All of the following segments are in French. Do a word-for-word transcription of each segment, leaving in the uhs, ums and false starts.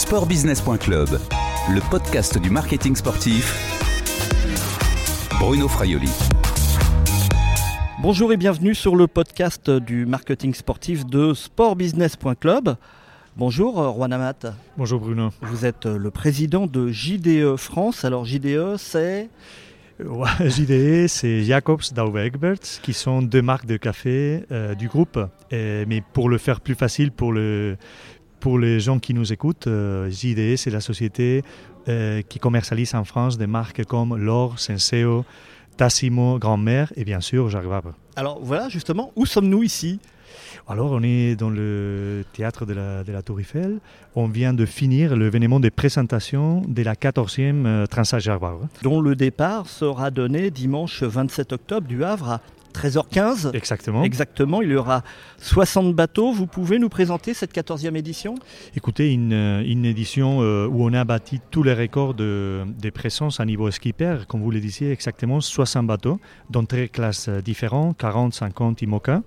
sport business point club, le podcast du marketing sportif. Bruno Fraioli. Bonjour et bienvenue sur le podcast du marketing sportif de sport business point club. Bonjour Juan Amat. Bonjour Bruno. Vous êtes le président de J D E France. Alors J D E c'est... Ouais, J D E, c'est Jacobs Douwe Egberts, qui sont deux marques de café euh, du groupe. Et, mais pour le faire plus facile pour, le, pour les gens qui nous écoutent, euh, J D E, c'est la société euh, qui commercialise en France des marques comme L'Or, Senseo, Tassimo, Grand-Mère et bien sûr Jacques Vabre. Alors voilà, justement, où sommes-nous ici ? Alors, on est dans le théâtre de la, de la Tour Eiffel. On vient de finir l'événement de présentation de la quatorzième euh, Transat Jacques Vabre. Dont le départ sera donné dimanche vingt-sept octobre du Havre à treize heures quinze. Exactement. Exactement, il y aura soixante bateaux. Vous pouvez nous présenter cette quatorzième édition ? Écoutez, une, une édition euh, où on a bâti tous les records de, de présence à niveau skipper, comme vous le disiez, exactement soixante bateaux, dans treize classes différentes, quarante, cinquante IMOCA,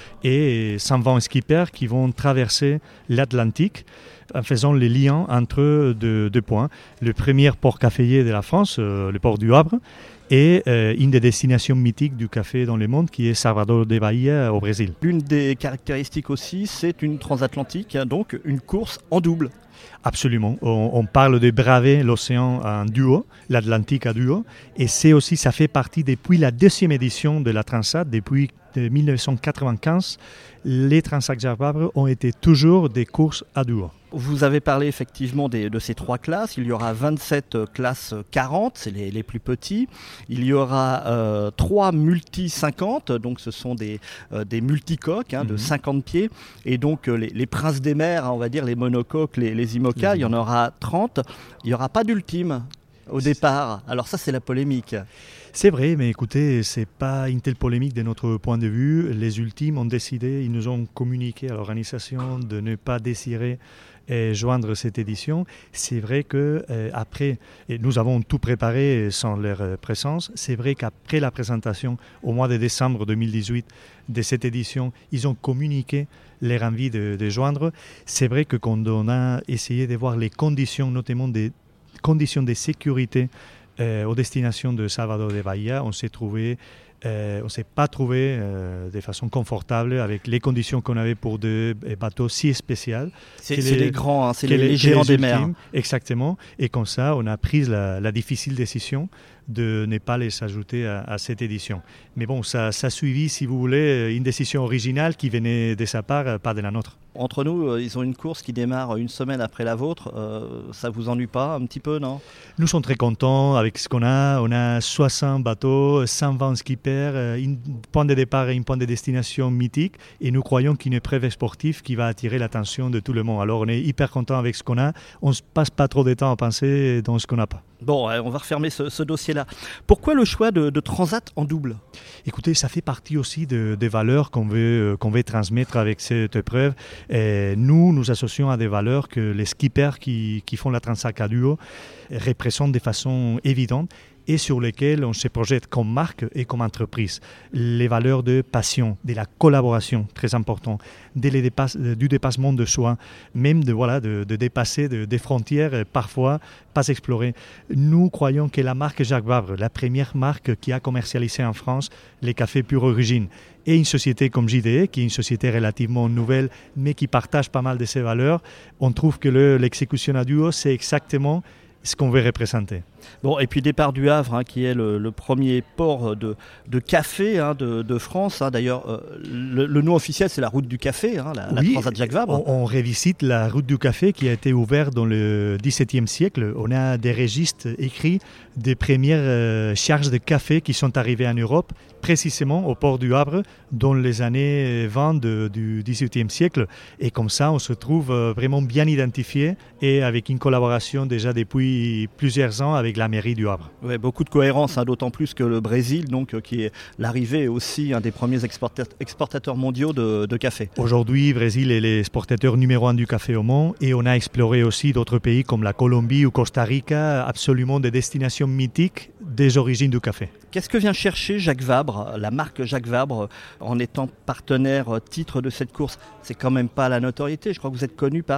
et cent vingt skippers qui vont traverser l'Atlantique en faisant les liens entre deux, deux points. Le premier port caféier de la France, euh, le port du Havre, et euh, une des destinations mythiques du café dans le monde qui est Salvador de Bahia au Brésil. L'une des caractéristiques aussi, c'est une transatlantique, hein, donc une course en double. Absolument. On, on parle de braver l'océan en duo, l'Atlantique à duo, et c'est aussi, ça fait partie depuis la deuxième édition de la Transat, depuis mille neuf cent quatre-vingt-quinze, les Transat Jacques Vabre ont été toujours des courses à duo. Vous avez parlé effectivement des, de ces trois classes. Il y aura vingt-sept classes quarante, c'est les, les plus petits. Il y aura euh, trois multi cinquante, donc ce sont des, euh, des multicoques hein, mm-hmm. de cinquante pieds. Et donc les, les princes des mers, hein, on va dire les monocoques, les, les IMOCA, mm-hmm. il y en aura trente. Il n'y aura pas d'ultime au départ. Alors ça, c'est la polémique. C'est vrai, mais écoutez, ce n'est pas une telle polémique de notre point de vue. Les ultimes ont décidé, ils nous ont communiqué à l'organisation de ne pas désirer et joindre cette édition. C'est vrai qu'après, euh, nous avons tout préparé sans leur présence, c'est vrai qu'après la présentation au mois de décembre deux mille dix-huit de cette édition, ils ont communiqué leur envie de, de joindre. C'est vrai que quand on a essayé de voir les conditions, notamment des conditions de sécurité euh, aux destinations de Salvador de Bahia, on s'est trouvé Euh, on ne s'est pas trouvé euh, de façon confortable avec les conditions qu'on avait pour des bateaux si spéciaux. C'est, c'est les, les grands, hein, c'est les, les, les géants des mers. Exactement. Et comme ça, on a pris la, la difficile décision de ne pas les ajouter à, à cette édition. Mais bon, ça, ça suivit, si vous voulez, une décision originale qui venait de sa part, pas de la nôtre. Entre nous, euh, ils ont une course qui démarre une semaine après la vôtre. Euh, ça ne vous ennuie pas un petit peu, non ? Nous sommes très contents avec ce qu'on a. On a soixante bateaux, cent vingt skippers, un point de départ et un point de destination mythique. Et nous croyons qu'une épreuve sportive qui va attirer l'attention de tout le monde. Alors on est hyper contents avec ce qu'on a. On ne se passe pas trop de temps à penser dans ce qu'on n'a pas. Bon, on va refermer ce, ce dossier-là. Pourquoi le choix de, de Transat en double ? Écoutez, ça fait partie aussi de, des valeurs qu'on veut, qu'on veut transmettre avec cette épreuve. Et nous, nous associons à des valeurs que les skippers qui, qui font la Transat à duo représentent de façon évidente et sur lesquels on se projette comme marque et comme entreprise. Les valeurs de passion, de la collaboration, très important, de les dépasse, du dépassement de soi, même de, voilà, de, de dépasser de, des frontières parfois pas explorées. Nous croyons que la marque Jacques Vabre, la première marque qui a commercialisé en France les cafés pure origine, et une société comme J D E, qui est une société relativement nouvelle, mais qui partage pas mal de ses valeurs, on trouve que le, l'exécution à duo, c'est exactement ce qu'on veut représenter. Bon, et puis départ du Havre, hein, qui est le, le premier port de, de café hein, de, de France. Hein. D'ailleurs, euh, le, le nom officiel, c'est la route du café, hein, la, oui, la Transat Jacques Vabre. On, on revisite la route du café qui a été ouverte dans le dix-septième siècle. On a des registres écrits des premières euh, charges de café qui sont arrivées en Europe, précisément au port du Havre, dans les années vingt de, du dix-huitième siècle. Et comme ça, on se trouve vraiment bien identifié et avec une collaboration déjà depuis plusieurs ans avec la mairie du Havre. Ouais, beaucoup de cohérence, hein, d'autant plus que le Brésil, donc, euh, qui est l'arrivée aussi un des premiers exporta- exportateurs mondiaux de, de café. Aujourd'hui, le Brésil est l'exportateur numéro un du café au monde et on a exploré aussi d'autres pays comme la Colombie ou Costa Rica, absolument des destinations mythiques des origines du café. Qu'est-ce que vient chercher Jacques Vabre, la marque Jacques Vabre, en étant partenaire titre de cette course ? C'est quand même pas la notoriété. Je crois que vous êtes connu par... Euh,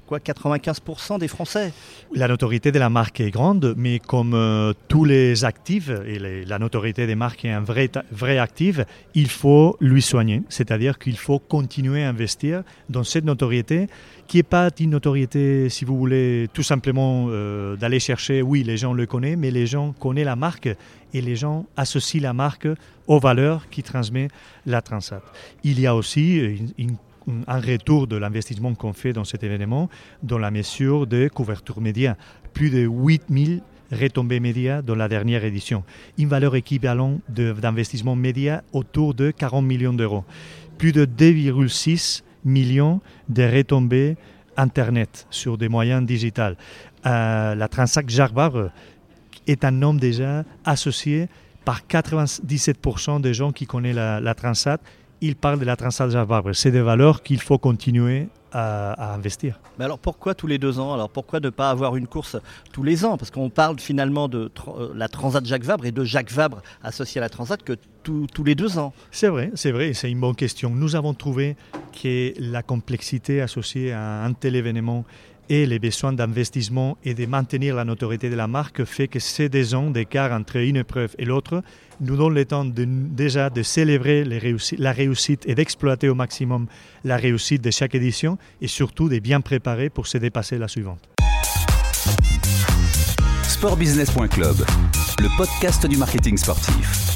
quoi, quatre-vingt-quinze pour cent des Français. La notoriété de la marque est grande, mais comme euh, tous les actifs, et les, la notoriété des marques est un vrai, vrai actif, il faut lui soigner. C'est-à-dire qu'il faut continuer à investir dans cette notoriété qui n'est pas une notoriété, si vous voulez, tout simplement euh, d'aller chercher, oui, les gens le connaissent, mais les gens connaissent la marque et les gens associent la marque aux valeurs qui transmet la Transat. Il y a aussi une, une un retour de l'investissement qu'on fait dans cet événement dans la mesure de couverture média. Plus de huit mille retombées médias dans la dernière édition. Une valeur équivalente de, d'investissement média autour de quarante millions d'euros. Plus de deux virgule six millions de retombées Internet sur des moyens digitaux. Euh, la Transat Jacques Vabre est un nom déjà associé par quatre-vingt-dix-sept pour cent des gens qui connaissent la, la Transat. Il parle de la Transat Jacques Vabre. C'est des valeurs qu'il faut continuer à, à investir. Mais alors pourquoi tous les deux ans? Alors pourquoi ne pas avoir une course tous les ans? Parce qu'on parle finalement de tra- la Transat Jacques Vabre et de Jacques Vabre associé à la Transat que tout, tous les deux ans. C'est vrai, c'est vrai, c'est une bonne question. Nous avons trouvé que la complexité associée à un tel événement et les besoins d'investissement et de maintenir la notoriété de la marque fait que ces deux ans d'écart entre une épreuve et l'autre nous donnent le temps de, déjà de célébrer les réussi- la réussite et d'exploiter au maximum la réussite de chaque édition et surtout de bien préparer pour se dépasser la suivante. sportbusiness point club, le podcast du marketing sportif.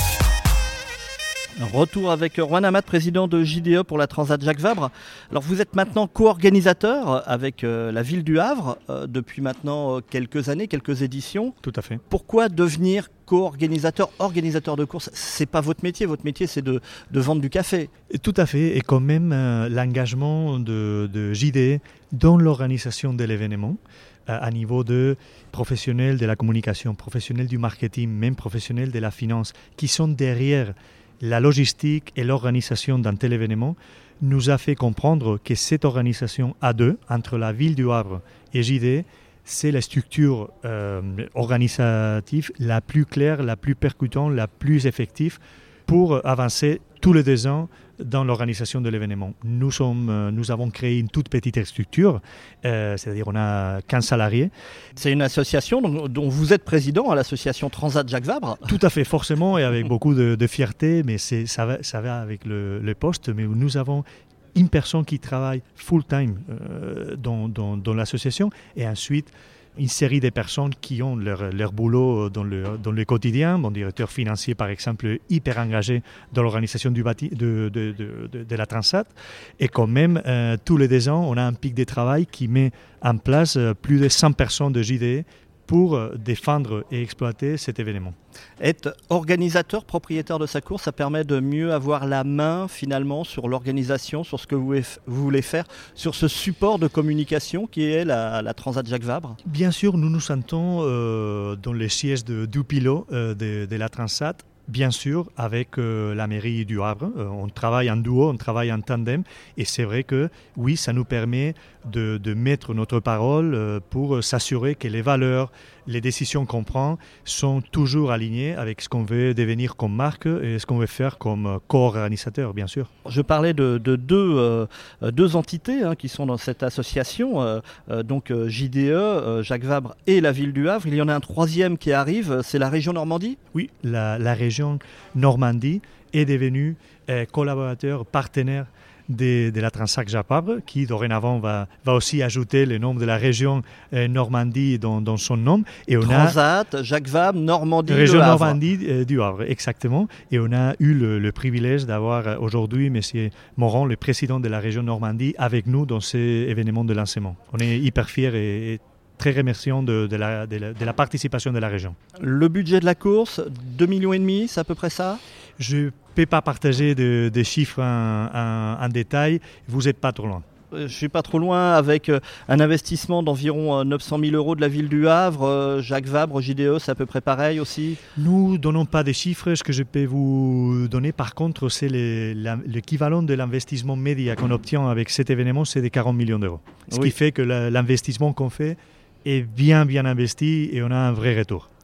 Retour avec Juan Amat, président de J D E pour la Transat Jacques Vabre. Alors vous êtes maintenant co-organisateur avec euh, la ville du Havre euh, depuis maintenant euh, quelques années, quelques éditions. Tout à fait. Pourquoi devenir co-organisateur, organisateur de course? C'est pas votre métier, votre métier c'est de, de vendre du café. Et tout à fait, et quand même euh, l'engagement de, de J D E dans l'organisation de l'événement, euh, à niveau de professionnels de la communication, professionnels du marketing, même professionnels de la finance, qui sont derrière la logistique et l'organisation d'un tel événement, nous a fait comprendre que cette organisation à deux, entre la ville du Havre et J D E, c'est la structure euh, organisative la plus claire, la plus percutante, la plus effective pour avancer tous les deux ans dans l'organisation de l'événement. Nous, sommes, euh, nous avons créé une toute petite structure, euh, c'est-à-dire on a quinze salariés. C'est une association dont, dont vous êtes président, à l'association Transat Jacques Vabre. Tout à fait, forcément, et avec beaucoup de, de fierté, mais c'est, ça, va, ça va avec le, le poste. Mais nous avons une personne qui travaille full-time euh, dans, dans, dans l'association et ensuite une série de personnes qui ont leur, leur boulot dans le, dans le quotidien. Mon directeur financier, par exemple, hyper engagé dans l'organisation du bâti, de, de, de, de, de la Transat. Et quand même, euh, tous les deux ans, on a un pic de travail qui met en place euh, plus de cent personnes de J D E pour défendre et exploiter cet événement. Être organisateur, propriétaire de sa course, ça permet de mieux avoir la main finalement sur l'organisation, sur ce que vous voulez faire, sur ce support de communication qui est la, la Transat Jacques Vabre. Bien sûr, nous nous sentons euh, dans les sièges de, du pilote euh, de, de la Transat. Bien sûr, avec euh, la mairie du Havre, euh, on travaille en duo, on travaille en tandem, et c'est vrai que oui, ça nous permet de, de mettre notre parole euh, pour s'assurer que les valeurs, les décisions qu'on prend sont toujours alignées avec ce qu'on veut devenir comme marque et ce qu'on veut faire comme co-organisateur, bien sûr. Je parlais de, de deux, euh, deux entités hein, qui sont dans cette association, euh, euh, donc euh, J D E, euh, Jacques Vabre et la ville du Havre. Il y en a un troisième qui arrive, c'est la région Normandie ? Oui, la, la région Normandie est devenue euh, collaborateur, partenaire de, de la Transat Jacques Vabre, qui dorénavant va, va aussi ajouter le nom de la région euh, Normandie dans, dans son nom. Et on Transat, a Jacques Vabre, Normandie, région le Havre. Normandie euh, du Havre, exactement. Et on a eu le, le privilège d'avoir euh, aujourd'hui M. Moran, le président de la région Normandie, avec nous dans ces événements de lancement. On est hyper fiers et, et très remerciants de, de, la, de, la, de la participation de la région. Le budget de la course, deux virgule cinq millions, c'est à peu près ça ? Je ne peux pas partager de, de chiffres en, en, en détail, vous n'êtes pas trop loin. Je ne suis pas trop loin avec un investissement d'environ neuf cent mille euros de la ville du Havre. Jacques Vabre, J D E, c'est à peu près pareil aussi. Nous ne donnons pas de chiffres. Ce que je peux vous donner par contre, c'est les, la, l'équivalent de l'investissement média qu'on obtient avec cet événement, c'est de quarante millions d'euros. Ce oui. qui fait que la, l'investissement qu'on fait est bien bien investi et on a un vrai retour.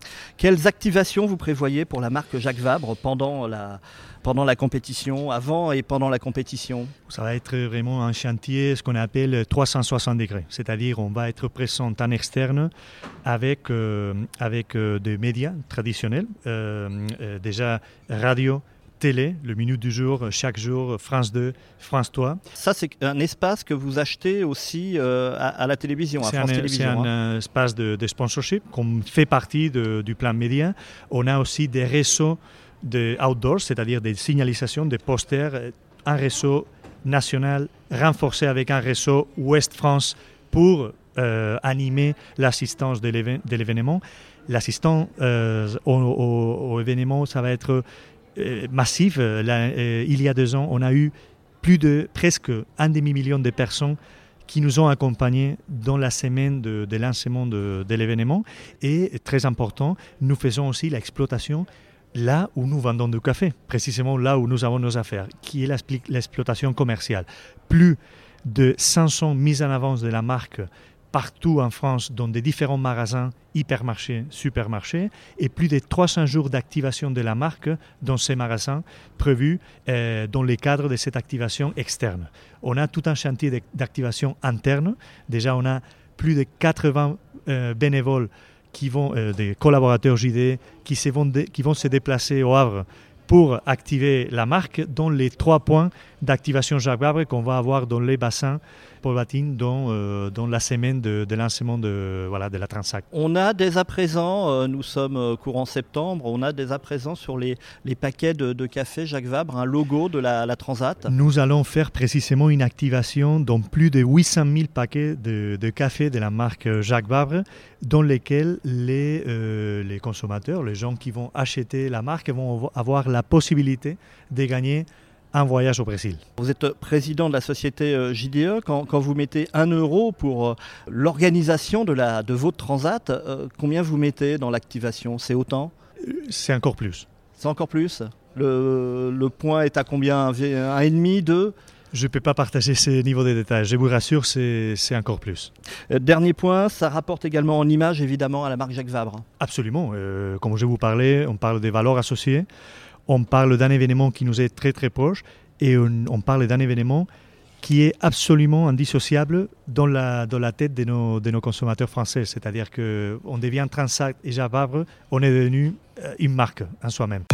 Quelles activations vous prévoyez pour la marque Jacques Vabre pendant la, pendant la compétition, avant et pendant la compétition? Ça va être vraiment un chantier, ce qu'on appelle trois cent soixante degrés. C'est-à-dire on va être présent en externe avec, euh, avec euh, des médias traditionnels, euh, euh, déjà radio, télé, le Minute du jour, chaque jour, France deux, France trois. Ça, c'est un espace que vous achetez aussi euh, à, à la télévision, à c'est France un, Télévisions. C'est un hein. espace de, de sponsorship, qu'on fait partie de, du plan média. On a aussi des réseaux de outdoors, c'est-à-dire des signalisations, des posters, un réseau national renforcé avec un réseau Ouest France pour euh, animer l'assistance de, l'éve- de l'événement. L'assistance euh, au, au, au événement, ça va être Euh, massive. Là, euh, il y a deux ans, on a eu plus de presque un demi-million de personnes qui nous ont accompagnés dans la semaine de, de lancement de, de l'événement. Et très important, nous faisons aussi l'exploitation là où nous vendons du café, précisément là où nous avons nos affaires, qui est l'exploitation commerciale. Plus de cinq cents mises en avant de la marque partout en France, dans des différents magasins, hypermarchés, supermarchés, et plus de trois cents jours d'activation de la marque dans ces magasins prévus euh, dans le cadre de cette activation externe. On a tout un chantier d'activation interne. Déjà, on a plus de quatre-vingts euh, bénévoles, qui vont, euh, des collaborateurs J D, qui, se vont de, qui vont se déplacer au Havre pour activer la marque dans les trois points d'activation Jacques Vabre qu'on va avoir dans les bassins Paul Vatine dans, euh, dans la semaine de, de lancement de, voilà, de la Transac. On a dès à présent, euh, nous sommes euh, courant septembre, on a dès à présent sur les, les paquets de, de café Jacques Vabre un logo de la, la Transat. Nous allons faire précisément une activation dans plus de huit cent mille paquets de, de café de la marque Jacques Vabre, dans lesquels les, euh, les consommateurs, les gens qui vont acheter la marque vont avoir la possibilité de gagner un voyage au Brésil. Vous êtes président de la société J D E. Quand, quand vous mettez un euro pour euh, l'organisation de, la, de votre transat, euh, combien vous mettez dans l'activation? C'est autant? C'est encore plus. C'est encore plus? Le, le point est à combien? Un virgule cinq, deux? Je ne peux pas partager ces niveaux de détails. Je vous rassure, c'est, c'est encore plus. Euh, dernier point, ça rapporte également en image, évidemment, à la marque Jacques Vabre. Absolument. Euh, comme je vous parlais, on parle des valeurs associées. On parle d'un événement qui nous est très très proche et on, on parle d'un événement qui est absolument indissociable dans la, dans la tête de nos, de nos consommateurs français. C'est-à-dire qu'on devient Transac et Jacques Vabre, on est devenu une marque en soi-même.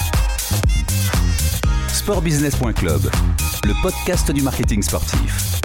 sportbusiness point club, le podcast du marketing sportif.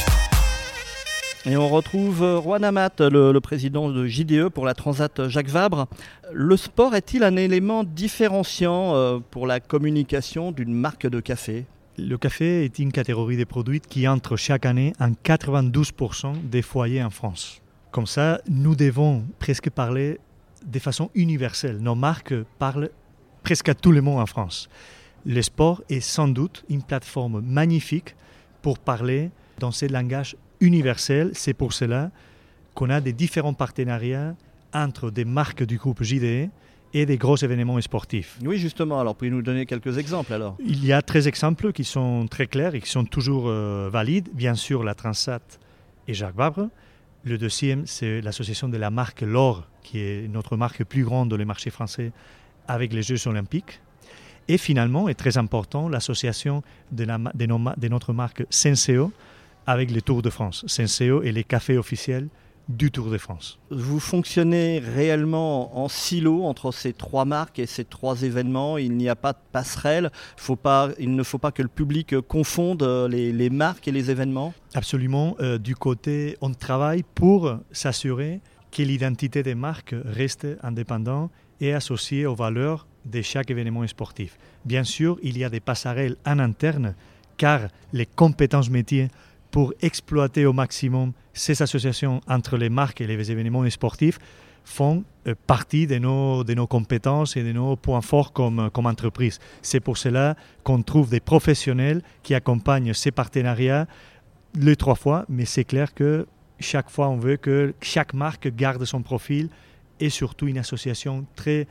Et on retrouve Juan Amat, le, le président de J D E pour la Transat Jacques Vabre. Le sport est-il un élément différenciant euh, pour la communication d'une marque de café? Le café est une catégorie de produits qui entre chaque année en quatre-vingt-douze pour cent des foyers en France. Comme ça, nous devons presque parler de façon universelle. Nos marques parlent presque à tout le monde en France. Le sport est sans doute une plateforme magnifique pour parler dans ce langage universel. C'est pour cela qu'on a des différents partenariats entre des marques du groupe J D E et des gros événements sportifs. Oui, justement. Alors, pouvez-vous nous donner quelques exemples alors? Il y a treize exemples qui sont très clairs et qui sont toujours euh, valides. Bien sûr, la Transat et Jacques Vabre. Le deuxième, c'est l'association de la marque L'Or, qui est notre marque plus grande dans le marché français avec les Jeux Olympiques. Et finalement, et très important, l'association de, la, de, nos, de notre marque Senseo avec le Tour de France. Senseo est les cafés officiels du Tour de France. Vous fonctionnez réellement en silo entre ces trois marques et ces trois événements. Il n'y a pas de passerelle. Faut pas, il ne faut pas que le public confonde les, les marques et les événements. Absolument. Euh, du côté, on travaille pour s'assurer que l'identité des marques reste indépendante et associée aux valeurs de chaque événement sportif. Bien sûr, il y a des passerelles en interne car les compétences métiers pour exploiter au maximum ces associations entre les marques et les événements sportifs font partie de nos, de nos compétences et de nos points forts comme, comme entreprise. C'est pour cela qu'on trouve des professionnels qui accompagnent ces partenariats les trois fois, mais c'est clair que chaque fois on veut que chaque marque garde son profil et surtout une association très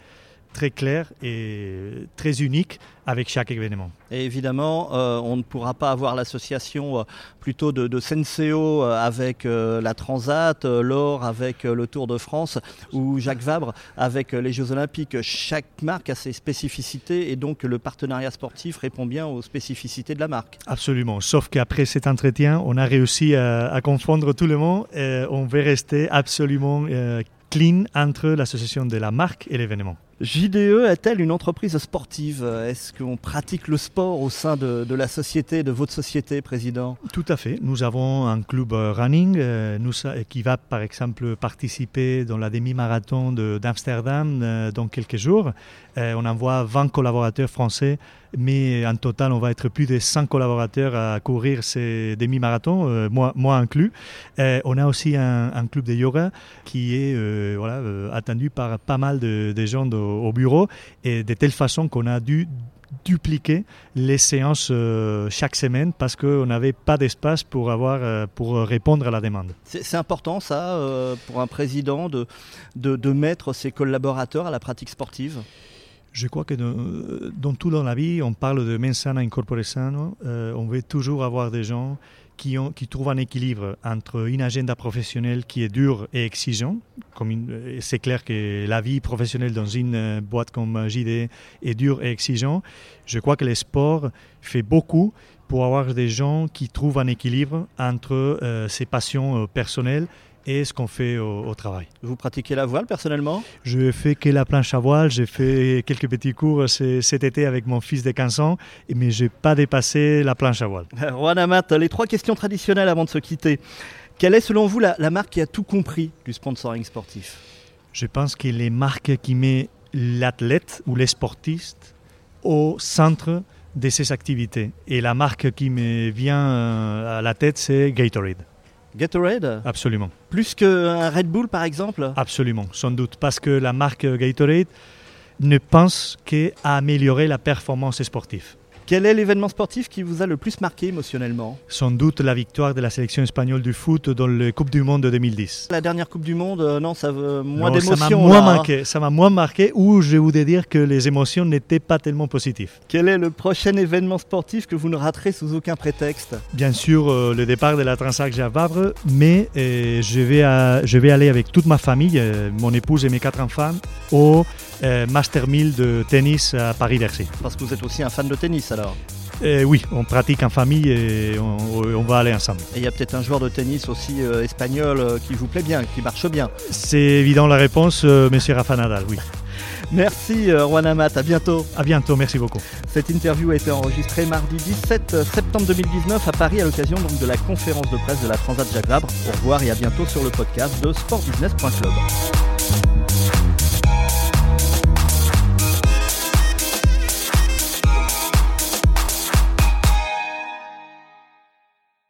très clair et très unique avec chaque événement. Et évidemment, euh, on ne pourra pas avoir l'association euh, plutôt de, de Senseo euh, avec euh, la Transat, euh, Laure avec euh, le Tour de France ou Jacques Vabre avec euh, les Jeux Olympiques. Chaque marque a ses spécificités et donc le partenariat sportif répond bien aux spécificités de la marque. Absolument, sauf qu'après cet entretien, on a réussi à, à confondre tout le monde et on veut rester absolument euh, clean entre l'association de la marque et l'événement. J D E est-elle une entreprise sportive ? Est-ce qu'on pratique le sport au sein de, de la société, de votre société, Président ? Tout à fait. Nous avons un club running euh, nous, qui va par exemple participer dans la demi-marathon de, d'Amsterdam euh, dans quelques jours. Euh, on envoie vingt collaborateurs français, mais en total on va être plus de cent collaborateurs à courir ces demi-marathons, euh, moi, moi inclus. Euh, on a aussi un, un club de yoga qui est euh, voilà, euh, attendu par pas mal de, de gens de, au bureau, et de telle façon qu'on a dû dupliquer les séances euh, chaque semaine parce qu'on n'avait pas d'espace pour, avoir, euh, pour répondre à la demande. C'est, c'est important ça euh, pour un président de, de, de mettre ses collaborateurs à la pratique sportive ? Je crois que dans, dans tout dans la vie, on parle de mens sana in corpore sano. Euh, on veut toujours avoir des gens qui, ont, qui trouvent un équilibre entre une agenda professionnelle qui est dure et exigeante. Comme une, c'est clair que la vie professionnelle dans une boîte comme J D E est dure et exigeante. Je crois que le sport fait beaucoup pour avoir des gens qui trouvent un équilibre entre euh, ses passions euh, personnelles et ce qu'on fait au, au travail. Vous pratiquez la voile personnellement ? Je fais que la planche à voile, j'ai fait quelques petits cours cet été avec mon fils de quinze ans, mais je n'ai pas dépassé la planche à voile. Juan Amat, les trois questions traditionnelles avant de se quitter. Quelle est selon vous la, la marque qui a tout compris du sponsoring sportif ? Je pense que les marques qui mettent l'athlète ou les sportistes au centre de ses activités. Et la marque qui me vient à la tête, c'est Gatorade. Gatorade ? Absolument. Plus qu'un Red Bull par exemple ? Absolument, sans doute, parce que la marque Gatorade ne pense qu'à améliorer la performance sportive. Quel est l'événement sportif qui vous a le plus marqué émotionnellement ? Sans doute la victoire de la sélection espagnole du foot dans la Coupe du Monde de deux mille dix. La dernière Coupe du Monde, euh, non, ça veut moins non, d'émotions. Ça m'a moins là, marqué, hein. ça m'a moins marqué, ou je voudrais dire que les émotions n'étaient pas tellement positives. Quel est le prochain événement sportif que vous ne raterez sous aucun prétexte ? Bien sûr, euh, le départ de la Transat Jacques Vabre, mais euh, je, vais à, je vais aller avec toute ma famille, euh, mon épouse et mes quatre enfants, au euh, Master mille de tennis à Paris-Bercy. Parce que vous êtes aussi un fan de tennis alors ? Euh, oui, on pratique en famille et on, on va aller ensemble. Et il y a peut-être un joueur de tennis aussi euh, espagnol euh, qui vous plaît bien, qui marche bien. C'est évident la réponse, euh, monsieur Rafa Nadal, oui. Merci euh, Juan Amat, à bientôt. À bientôt, merci beaucoup. Cette interview a été enregistrée mardi dix-sept septembre deux mille dix-neuf à Paris à l'occasion donc, de la conférence de presse de la Transat Jacques Vabre. Au revoir et à bientôt sur le podcast de sport business point club.